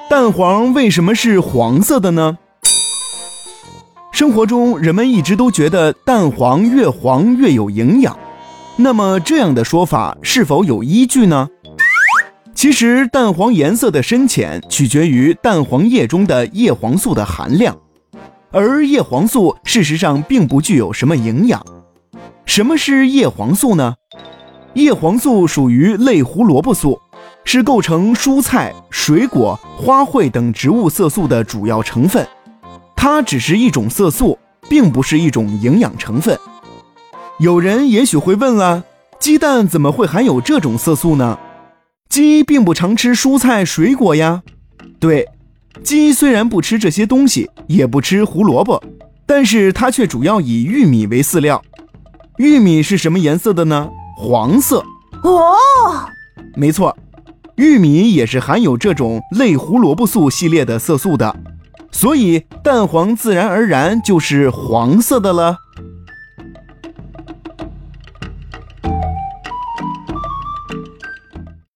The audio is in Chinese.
蛋黄为什么是黄色的呢？生活中人们一直都觉得蛋黄越黄越有营养，那么这样的说法是否有依据呢？其实蛋黄颜色的深浅取决于蛋黄液中的叶黄素的含量，而叶黄素事实上并不具有什么营养。什么是叶黄素呢？叶黄素属于类胡萝卜素，是构成蔬菜、水果、花卉等植物色素的主要成分。它只是一种色素，并不是一种营养成分。有人也许会问了，鸡蛋怎么会含有这种色素呢？鸡并不常吃蔬菜水果呀。对，鸡虽然不吃这些东西，也不吃胡萝卜，但是它却主要以玉米为饲料。玉米是什么颜色的呢？黄色。 哦， 没错，玉米也是含有这种类胡萝卜素系列的色素的，所以蛋黄自然而然就是黄色的了。